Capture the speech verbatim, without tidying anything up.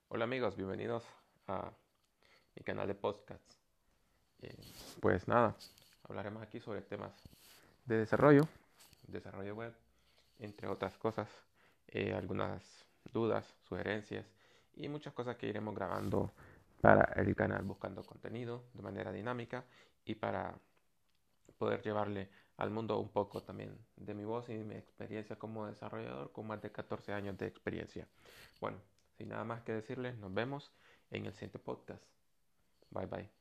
Hola amigos, bienvenidos a mi canal de podcasts. Eh, pues nada, hablaremos aquí sobre temas de desarrollo, desarrollo web, entre otras cosas, eh, algunas dudas, sugerencias y muchas cosas que iremos grabando para el canal buscando contenido de manera dinámica y para poder llevarle al mundo un poco también de mi voz y mi experiencia como desarrollador con más de catorce años de experiencia. Bueno, sin nada más que decirles, nos vemos en el siguiente podcast. Bye bye.